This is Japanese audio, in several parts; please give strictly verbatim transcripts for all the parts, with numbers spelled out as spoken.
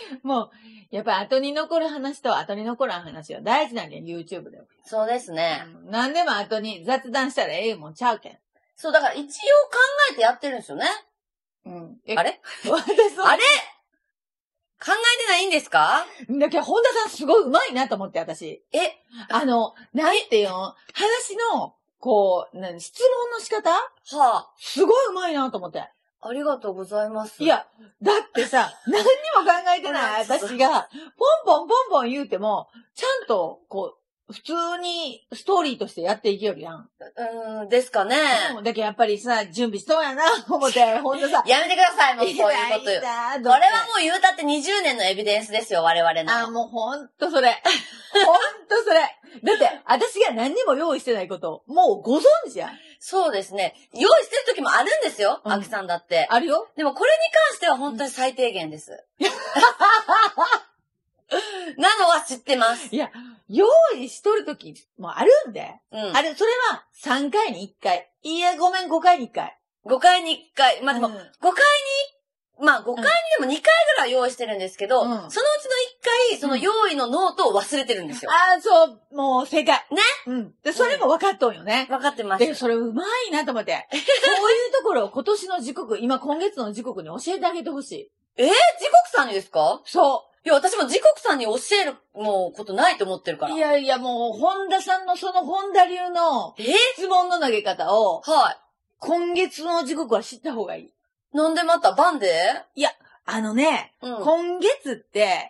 もう、やっぱ後に残る話と後に残らん話は大事なんや、YouTube では。 そうですね。 うん、何でも後に雑談したらええもんちゃうけん。 そう、だから一応考えてやってるんですよね。 うん。 あれ私あれ考えてないんですか？ だけど、本田さんすごい上手いなと思って、私。 えあの、なんていうの話の、こう、何質問の仕方はあ。 すごい上手いなと思って。 ありがとうございます。 いや、だってさ、何にも考えてない私が、ポンポンポンポン言うても、ちゃんと、こう、普通にストーリーとしてやっていけよりやん。 うーん、ですかね。 うん。だけどやっぱりさ、準備しそうやな、思って、ほんとさ。 やめてください、もうそういうこと言う。これはもう言うたってにじゅうねんのエビデンスですよ、我々の。 あ、もうほんとそれ。ほんとそれ。だって、私が何にも用意してないことを、もうご存知やん。 そうですね。用意してる時もあるんですよ、 うんアキさんだって。 あるよ。 でもこれに関しては本当に最低限です。なのは知ってます。 いや、用意しとる時もあるんで。 うん。 あれ、それはさんかいにいっかい。いや、ごめん、ごかいにいっかい。 ごかいにいっかい。まあ、でも、 うんごかいに、まあ、ごかいにでもにかいぐらい用意してるんですけど、 うん、 そのうちのいっかい、その用意のノートを忘れてるんですよ。 ああ、そう、もう正解。 ね。 うん。で、それも分かっとんよね。 分かってます。 で、それうまいなと思って。そういうところを今年の時刻、今今月の時刻に教えてあげてほしい。 えー、時刻さんにですか？ そいや、私も時刻さんに教える、もう、ことないと思ってるかう。 ら。 いやいや、もう、本田さんのその本田流のえ質問の投げ方を、 はい。 今月の時刻は知った方がいい。 なんでまた晩で？ いや、あのね、 うん。 今月って、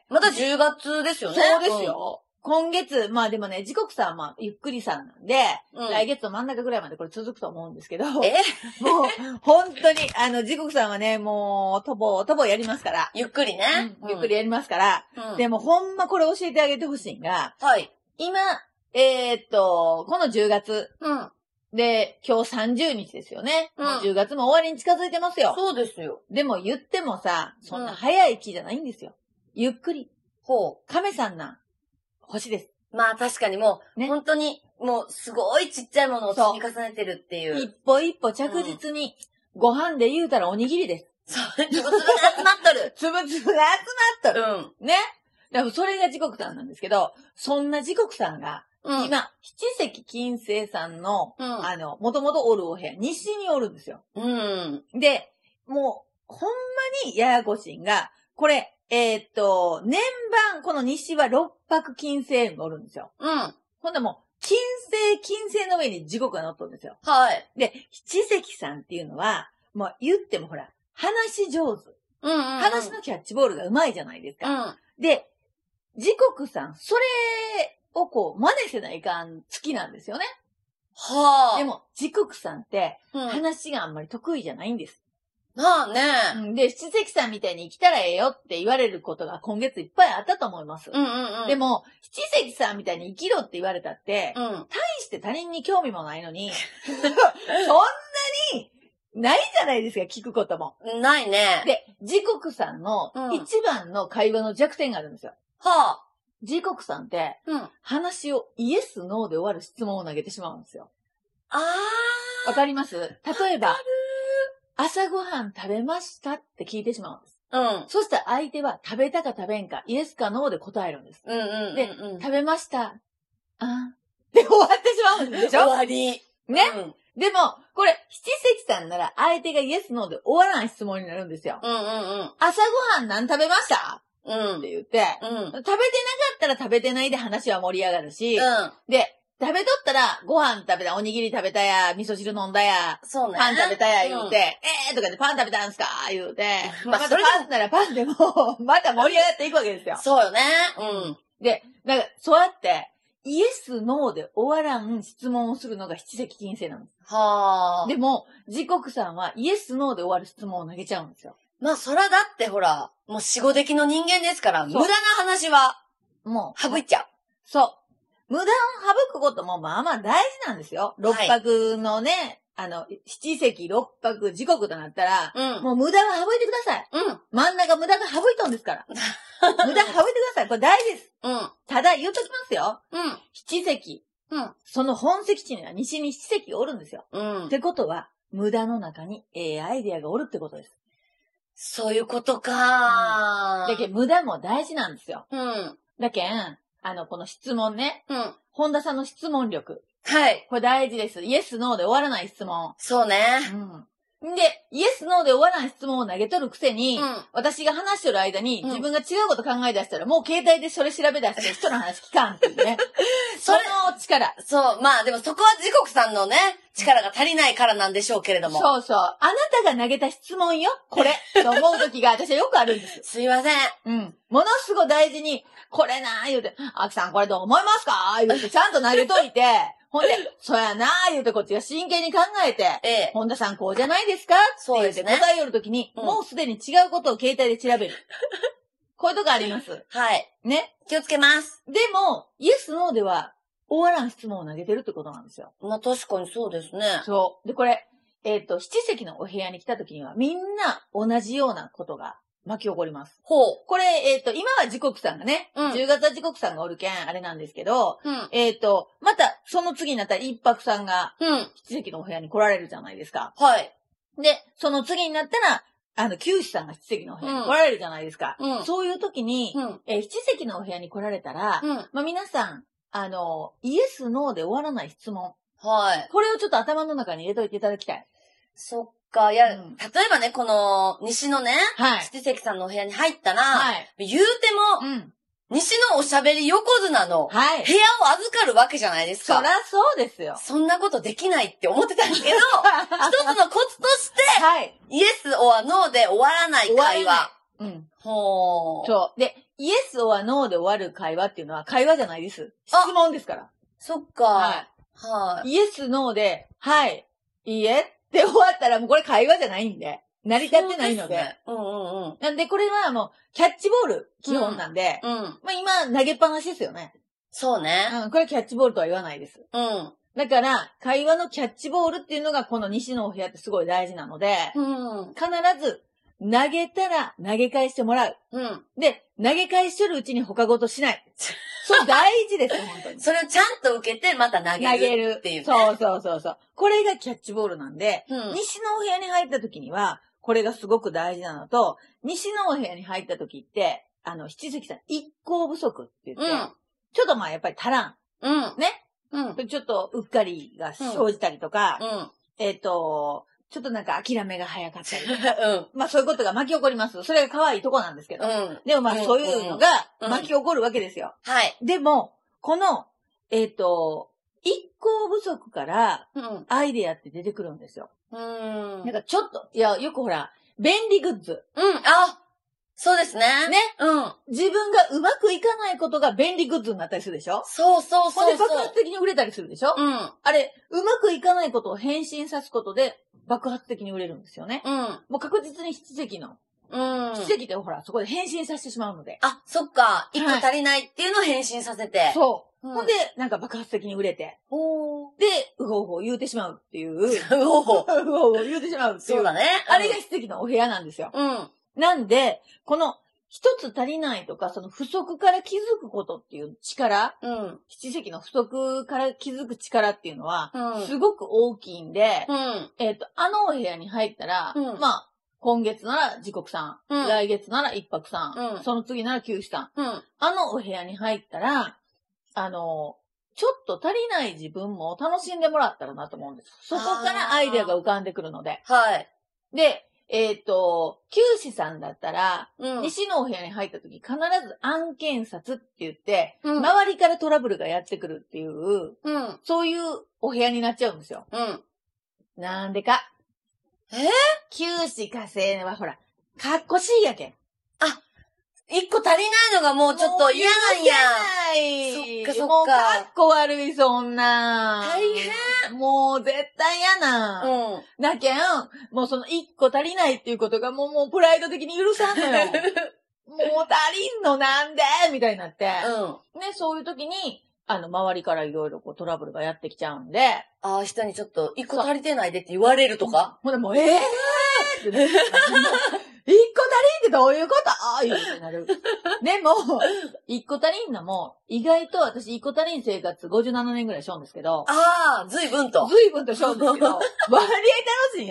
またじゅうがつですよね。 そうですよ。今月、まあでもね、時刻さんはまあ、ゆっくりさんなんで、 うん。 来月の真ん中ぐらいまでこれ続くと思うんですけど、 えもう、本当に、あの、時刻さんはね、もう、とぼ、とぼやりますから、 ゆっくりね。 うんゆっくりやりますから、 うん。 でもほんまこれ教えてあげてほしいんが、 はい。 今、えーっと、このじゅうがつうん。 で、今日さんじゅうにちですよね。 うんもうじゅうがつも終わりに近づいてますよ。 そうですよ。 でも言ってもさ、そんな早い気じゃないんですよ。ゆっくり。 ほ亀さんな、星です。 う。まあ確かにもう、 ね本当に、もうすごいちっちゃいものを積み重ねてるっていう。 一歩一歩着実に、ご飯で言うたらおにぎりです。 そう、つぶつぶが集まっとる。 つぶつぶが集まっとる。 うん。 ね。だからそれが時刻さんなんですけど、そんな時刻さんが、 うん。 今、七石金星さんの、 うん。 あの、もともとおるお部屋、西におるんですよ。 うん。 で、もう、ほんまにややこしいんが、これ、えーっと、年番、この西は六白金星がおるんですよ。 うん。 ほんでもう、金星、金星の上に時刻が乗っとるんですよ。 はい。 で、七石さんっていうのは、もう言ってもほら、話し上手。 うんうん、うん。 話のキャッチボールが上手いじゃないですか。 うん。 で、時刻さん、それをこう、真似せないかん月なんですよね。 はあ。 でも、時刻さんって、 うん、 話があんまり得意じゃないんです。 まあね。 うん、で、七石さんみたいに生きたらええよって言われることが今月いっぱいあったと思います。 うんうんうん。 でも、七石さんみたいに生きろって言われたって、 うん。 大して他人に興味もないのに、そんなにないじゃないですか、聞くことも。 ないね。 で、時刻さんの一番の会話の弱点があるんですよ。 はあ。 時刻さんって、 うん。 話をイエス、ノーで終わる質問を投げてしまうんですよ。 あー。 わかります？例えばわかる、 朝ごはん食べましたって聞いてしまうんです。 うん。 そしたら相手は食べたか食べんか、イエスかノーで答えるんです。 うんうんうん、うん。 で、食べました。あで終わってしまうんでしょ？ 終わり。 ね、 うん、 でも、これ、七石さんなら相手がイエス、ノーで終わらない質問になるんですよ。 うんうんうん。 朝ごはん何食べましたうん。 って言って、 うん。 食べてなかったら食べてないで話は盛り上がるし、 うん。 で、食べとったら、ご飯食べた、おにぎり食べたや、味噌汁飲んだや、 そうね。 パン食べたや、言うて、 うん、 えーとかでパン食べたんすか言うて、またまあそれでもパンならパンでも、また盛り上がっていくわけですよ。 そうよね。うん。 で、だから、そうやって、イエス、ノーで終わらん質問をするのが七石金星なんです。 はあ。 でも、時刻さんはイエス、ノーで終わる質問を投げちゃうんですよ。 まあ、そらだってほら、もう四五的の人間ですから、無駄な話は、 もう、 省いちゃう。 そう。無駄を省くこともまあまあ大事なんですよ。六白のね、はい、あの、七石六白時刻となったら、うん、もう無駄は省いてください。うん。真ん中無駄が省いとんですから。無駄省いてください。これ大事です。うん。ただ言うときますよ。うん。七石。うん。その本石地には西に七石がおるんですよ。うん。ってことは、無駄の中にええアイデアがおるってことです。 そういうことか、 うん、だけど無駄も大事なんですよ。 うん。 だけん、あの、この質問ね。 うん。 本田さんの質問力。 はい。 これ大事です。イエス、ノーで終わらない質問。 そうね。 うん。で、イエス、ノーで終わらない質問を投げとるくせに、うん、私が話してる間に、自分が違うこと考え出したら、もう携帯でそれ調べ出して、人の話聞かんっていうね。その力。 そう、まあでもそこは時刻さんのね、力が足りないからなんでしょうけれども。 そうそう。あなたが投げた質問よ、これ。と思う時が私はよくあるんです。 すいません。 うん。ものすごい大事に、これなー言うて、あきさんこれどう思いますか言うて、ちゃんと投げといて、ほんで、そうやなー言うてこっちが真剣に考えて、ええ、本田さんこうじゃないですかって言って答えよるときに、うん、もうすでに違うことを携帯で調べる。こういうとこあります。 はい。 ね。 気をつけます。 でも、イエス、ノーでは終わらん質問を投げてるってことなんですよ。 まあ確かにそうですね。 そう。で、これ、えっと、七席のお部屋に来たときには、みんな同じようなことが巻き起こります。 ほう。 これ、えっと、今は時刻さんがね、うん、じゅうがつは時刻さんがおるけん、あれなんですけど、うん、えっと、また、その次になったら一泊さんが、うん、七席のお部屋に来られるじゃないですか。 はい。 で、その次になったら、あの、九死さんが七席のお部屋に来られるじゃないですか。うん、そういう時に、うん、えー、七席のお部屋に来られたら、うん、まあ、皆さん、あの、イエス、ノーで終わらない質問。 はい。 これをちょっと頭の中に入れといていただきたい。 そっか、いや、うん、例えばね、この、西のね、はい。七関さんのお部屋に入ったら、はい。言うても、うん。西のおしゃべり横綱の、はい。部屋を預かるわけじゃないですか。 そりゃそうですよ。 そんなことできないって思ってたんですけど、一つのコツとして、はい。イエスオアノーで終わらない会話。うん。ほー。 そう。で、イエスオアノーで終わる会話っていうのは会話じゃないです。質問ですから。 そっか。はい。 はい。イエスノーで、はい。いいえって終わったらもうこれ会話じゃないんで。成り立ってないので。 ね、うんうんうん。 なんでこれはもうキャッチボール基本なんで。うん。うん、まあ今投げっぱなしですよね。 そうね。 うん。これキャッチボールとは言わないです。うん。だから、会話のキャッチボールっていうのがこの西のお部屋ってすごい大事なので。うん。必ず投げたら投げ返してもらう。うん。で、投げ返してるうちに他事しない。それ大事ですよ、本当に。 それをちゃんと受けて、また投げる。投げる。っていう、ね。 そうそうそうそう。これがキャッチボールなんで、うん、西のお部屋に入った時には、これがすごく大事なのと、西のお部屋に入った時って、あの、七関さん、一行不足って言って、うん、ちょっとまあやっぱり足らん。うん。ね。うん。ちょっとうっかりが生じたりとか、うん。えっと、ちょっとなんか諦めが早かったりとか。うん。まあそういうことが巻き起こります。それが可愛いとこなんですけど。うん。でもまあそういうのが巻き起こるわけですよ。 うんうん、はい。 でも、この、えっと、一行不足からアイデアって出てくるんですよ。うん。なんかちょっと、いや、よくほら、便利グッズ。 うん。あ、そうですね。 ね。うん。自分がうまくいかないことが便利グッズになったりするでしょ？ そうそうそうそう。 ほんで爆発的に売れたりするでしょ？うん。あれ、うまくいかないことを変身さすことで爆発的に売れるんですよね。うん。もう確実に七席の。うん。七席ってほら、そこで変身させてしまうので。 あ、そっか。一個足りないっていうのを変身させて。はい、 そう。うん、ほんで、なんか爆発的に売れて。ほー。で、うほうほう言うてしまうっていう。うほうほう。うほうほう言うてしまうっていう。 そうだね。 うん、あれが七席のお部屋なんですよ。うん。なんで、この、一つ足りないとか、その不足から気づくことっていう力、うん。七席の不足から気づく力っていうのは、うん。すごく大きいんで、うん。えっと、あのお部屋に入ったら、うん。まあ、今月なら時刻さん、うん。来月なら一泊さん、うん。その次なら九死さん、うん。あのお部屋に入ったら、あの、ちょっと足りない自分も楽しんでもらったらなと思うんです。そこからアイデアが浮かんでくるので。はい。で、えっと、九死さんだったら、うん、西のお部屋に入った時必ず案件札って言って、うん、周りからトラブルがやってくるっていう、うん、そういうお部屋になっちゃうんですよ。うん、なんでか。 えー、 九死火星はほら、かっこしいやけん。 あ、一個足りないのがもうちょっと嫌なんや。 そっかそっか。もうかっこ悪い、そんな。 大変。 もう絶対嫌な。うん。だけん、もうその一個足りないっていうことがもうもうプライド的に許さんのよ。もう足りんのなんでみたいになって。うん。ね、そういう時に、あの、周りからいろいろこうトラブルがやってきちゃうんで。 ああ、人にちょっと一個足りてないでって言われるとか。 ほんでもう、ええーってね。一個足りんってどういうことああ、言うてなる。でも、一個足りんのも、意外と私一個足りん生活ごじゅうななねんぐらいしょんですけど。 ああ、随分と。 随分としょんですけど、割合楽しいんや。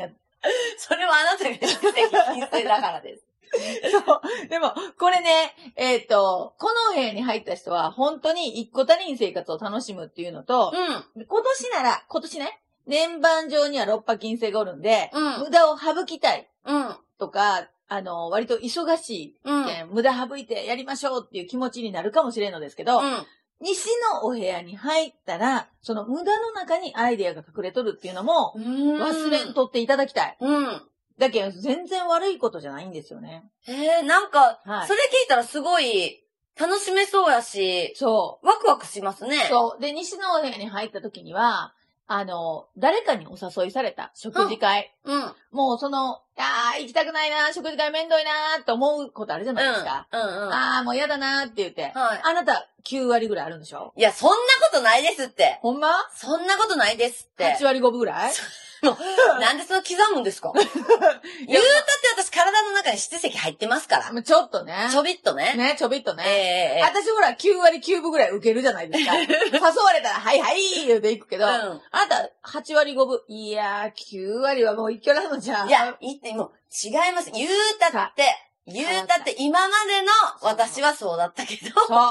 それはあなたが七石金星だからです。 そう。でも、これね、えっと、この部屋に入った人は、本当に一個足りん生活を楽しむっていうのと、うん、今年なら、今年ね、年番上には六波金星がおるんで、うん、無駄を省きたい。うん。とか、あの、割と忙しい、うん、無駄省いてやりましょうっていう気持ちになるかもしれんのですけど、うん、西のお部屋に入ったら、その無駄の中にアイデアが隠れとるっていうのも、忘れんとっていただきたい。うん。だけど、全然悪いことじゃないんですよね。 へえ、なんか、はい、それ聞いたらすごい、楽しめそうやし、そう。ワクワクしますね。 そう。で、西のお部屋に入った時には、あの、誰かにお誘いされた食事会。うん。うん、もうその、ああ、行きたくないな、食事会めんどいなって思うことあるじゃないですか。うん。うんうん、ああ、もう嫌だなって言って。はい。あなたきゅう割ぐらいあるんでしょ？ いや、そんなことないですって。 ほんま？ そんなことないですって。 はち割ごぶぐらい？ もう、なんでその刻むんですか？言うたって私体の中に七石入ってますから。 ちょっとね。 ちょびっとね。 ね、ちょびっとね。ええー。私ほらきゅう割きゅうぶぐらい受けるじゃないですか。誘われたら、はいはい言うていくけど、うん、あなたはち割ごぶ。いやー、きゅう割はもう一挙なのじゃん。 いや、いって、もう違います。言うたって、言うたって今までの私はそうだったけど、そう。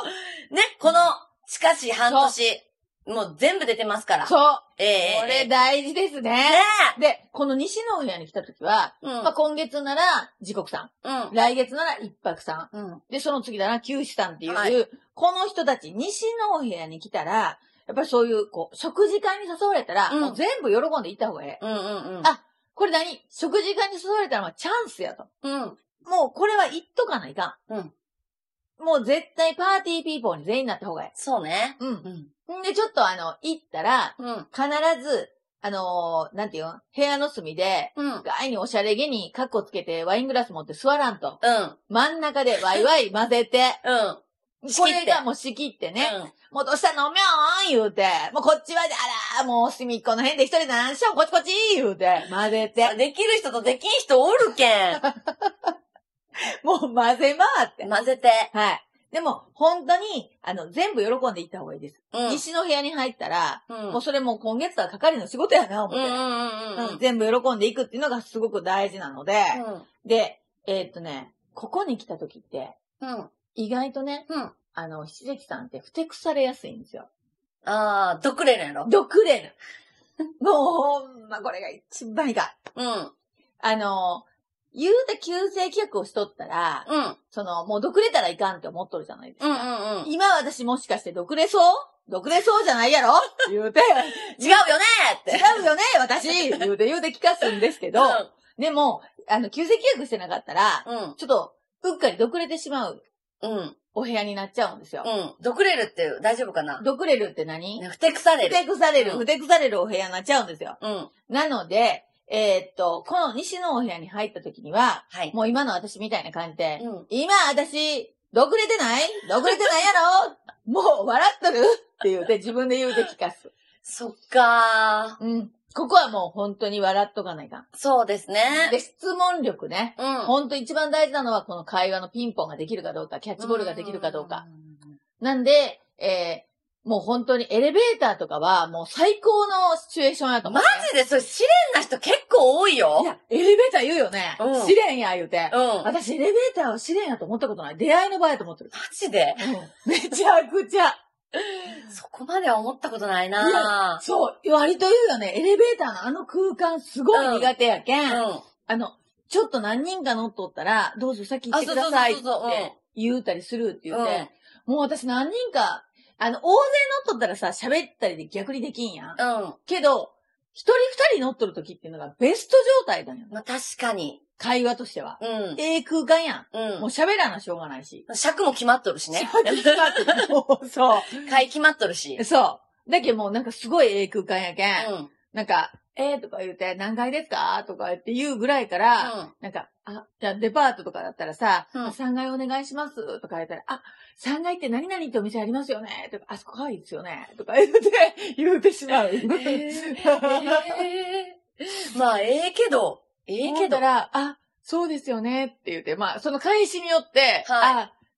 ね、この、しかし半年、もう全部出てますから。 そう。ええー。これ大事ですね。ねで、この西のお部屋に来た時は、うん、まあ、今月なら時刻さん。うん。来月なら一泊さん。うん。で、その次なら九死さんっていう、はい、この人たち、西のお部屋に来たら、やっぱりそういう、こう、食事会に誘われたら、うん、もう全部喜んで行った方がええ。うんうんうん。あ、これ何？食事会に誘われたらまあチャンスやと。うん。もうこれは言っとかないかん。うん。もう絶対パーティーピーポーに全員になった方がいい。 そうね。 うん。うん。で、ちょっとあの、行ったら、うん、必ず、あのー、なんていうの部屋の隅で、うん。外におしゃれげにカッコつけてワイングラス持って座らんと。うん。真ん中でワイワイ混ぜて。うん。これがもう仕切ってね。うん。もうどうしたのみょーん言うて。もうこっちはで、あらー、もう隅っこの辺で一人で何しよう、こっちこっち言うて。混ぜて。 できる人とできん人おるけん。 もう混ぜ回って。 混ぜて。 はい。でも、本当に、あの、全部喜んでいった方がいいです。うん、西の部屋に入ったら、うん、もうそれもう今月は係の仕事やな、思って、うんうんうん。全部喜んでいくっていうのがすごく大事なので、うん、で、えー、っとね、ここに来た時って、うん、意外とね、うん、あの、七石さんってふてくされやすいんですよ。 あー、毒れるやろ？ 毒れる。もう、ほんま、これが一番いいか。うん。あの、言うた旧正規約をしとったら、うん。その、もう毒れたらいかんって思っとるじゃないですか。うんうんうん。今私もしかして毒れそう毒れそうじゃないやろ言うて。 違うよねって。 違うよね私言うて言うて聞かすんですけど、うん、でも、あの、旧正規約してなかったら、うん。ちょっと、うっかり毒れてしまう。うん。お部屋になっちゃうんですよ。 うん。毒れるって大丈夫かな？ 毒れるって何？ ふてくされる。 ふてくされる、うん、ふてくされるお部屋になっちゃうんですよ。うん。なので、えー、っと、この西のお部屋に入った時には、はい、もう今の私みたいな感じで、うん、今私、毒れてない毒れてないやろもう笑っとるって言うて自分で言うて聞かす。 そっかー。 うん。ここはもう本当に笑っとかないかん。 そうですね。 で、質問力ね。うん。本当一番大事なのはこの会話のピンポンができるかどうか、キャッチボールができるかどうか。なんで、えー、もう本当にエレベーターとかはもう最高のシチュエーションやと思う、ね。 マジでそれ試練な人結構多いよ。 いや、エレベーター言うよね。うん。試練や言うて。うん。私エレベーターを試練やと思ったことない。出会いの場やと思ってる。 マジで？ うん。めちゃくちゃ。 そこまでは思ったことないなぁ。 そう。割と言うよね。エレベーターのあの空間すごい苦手やけん。うん。あの、ちょっと何人か乗っとったら、どうぞ先行ってくださいって言うたりするって言って、うん、もう私何人か、あの、大勢乗っとったらさ、喋ったりで逆にできんやん。うん。けど、一人二人乗っとる時っていうのがベスト状態だよね。 まあ、確かに。 会話としては。うん。ええ空間やん。うん。もう喋らなしょうがないし。 尺も決まっとるしね。 尺決まっとる。もう、そう。 会決まっとるし。 そう。だけどもうなんかすごいええ空間やけん。うん。なんか、えーとか言うて、何階ですかとか言って言うぐらいから、うん、なんか、あ、じゃあデパートとかだったらさ、うん、さんがいお願いしますとか言ったら、あ、さんがいって何々ってお店ありますよねとか、あそこ可愛いですよねとか言うて、言うてしまう。えーえー、まあ、ええけど、ええけど。 だから、あ、そうですよねって言うて、まあ、その返しによって、はい、あ、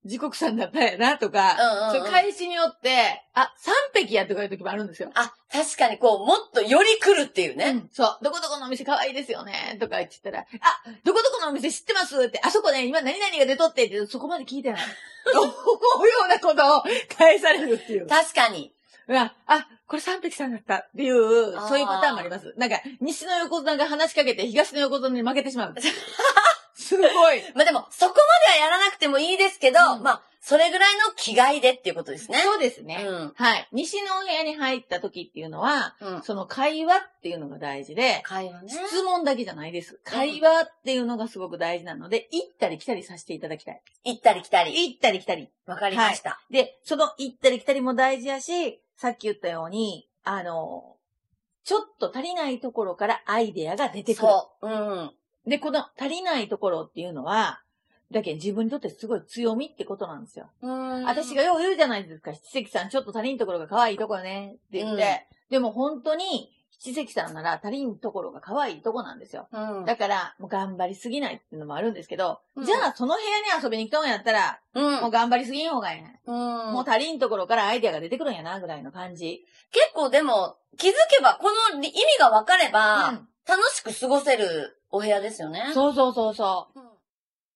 時刻さんだったやなとか、うんうんうん、その返しによって、あ、さん匹やとかいう時もあるんですよ。 あ、確かにこう、もっとより来るっていうね。うん、 そう。どこどこのお店可愛いですよね、とか言ってたら、あ、どこどこのお店知ってますって、あそこね、今何々が出とってって、そこまで聞いてない。思うようなことを返されるっていう。 確かに。 うわ、あ、これ三匹さんだったっていう、そういうパターンもあります。なんか、西の横綱が話しかけて東の横綱に負けてしまう。すごい。 まあでも、そこまではやらなくてもいいですけど、うん、まあ、それぐらいの気概でっていうことですね。 そうですね。うん、はい。西のお部屋に入った時っていうのは、うん、その会話っていうのが大事で、 会話ね。 質問だけじゃないです。会話っていうのがすごく大事なので、行ったり来たりさせていただきたい。 行ったり来たり。 行ったり来たり。 わかりました、 はい。で、その行ったり来たりも大事やし、さっき言ったように、あの、ちょっと足りないところからアイデアが出てくる。 そう。うん。 で、この足りないところっていうのは、だけど自分にとってすごい強みってことなんですよ。うん。私がよう言うじゃないですか。七関さんちょっと足りんところが可愛いところねって言って。うん、でも本当に七関さんなら足りんところが可愛いとこなんですよ。うん。だから、もう頑張りすぎないっていうのもあるんですけど、うん、じゃあその部屋に遊びに来たんやったら、うん、もう頑張りすぎん方がいいね。うん。もう足りんところからアイデアが出てくるんやな、ぐらいの感じ。 結構でも、気づけば、この意味が分かれば、うん、楽しく過ごせるお部屋ですよね。 そうそうそうそう。